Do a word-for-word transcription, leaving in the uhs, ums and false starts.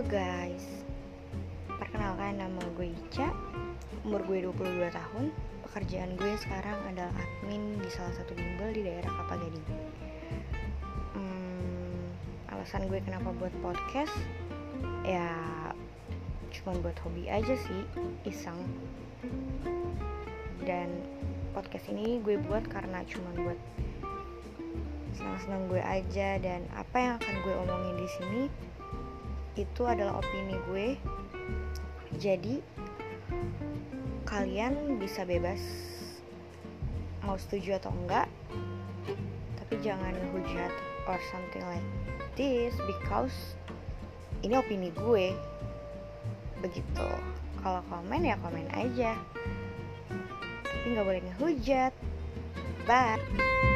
guys, perkenalkan nama gue Ica, umur gue dua puluh dua tahun. Pekerjaan gue sekarang adalah admin di salah satu bimbel di daerah Kelapa Gading. hmm, Alasan gue kenapa buat podcast, ya cuma buat hobi aja sih, iseng. Dan podcast ini gue buat karena cuma buat senang-senang gue aja, dan apa yang akan gue omongin di sini itu adalah opini gue. Jadi kalian bisa bebas mau setuju atau enggak, tapi jangan hujat or something like this, because ini opini gue. Begitu. Kalau komen ya komen aja, tapi nggak boleh ngehujat. Bye.